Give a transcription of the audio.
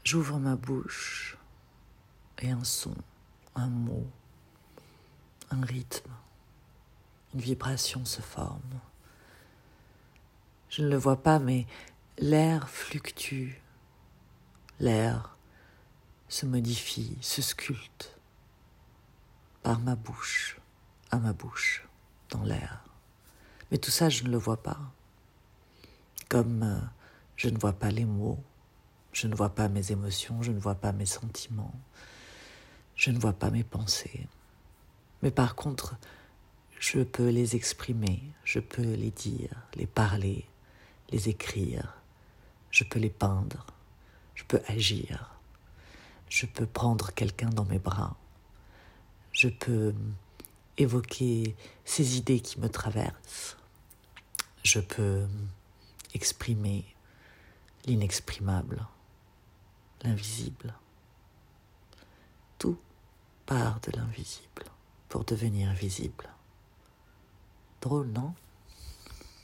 J'ouvre ma bouche et un son, un mot, un rythme, une vibration se forme. Je ne le vois pas, mais l'air fluctue, l'air se modifie, se sculpte par ma bouche, à ma bouche, dans l'air. Mais tout ça, je ne le vois pas. Comme je ne vois pas les mots, je ne vois pas mes émotions, je ne vois pas mes sentiments, je ne vois pas mes pensées. Mais par contre, je peux les exprimer, je peux les dire, les parler, les écrire, je peux les peindre, je peux agir, je peux prendre quelqu'un dans mes bras, je peux évoquer ces idées qui me traversent, je peux exprimer l'inexprimable, l'invisible. Tout part de l'invisible pour devenir visible. Drôle, non ?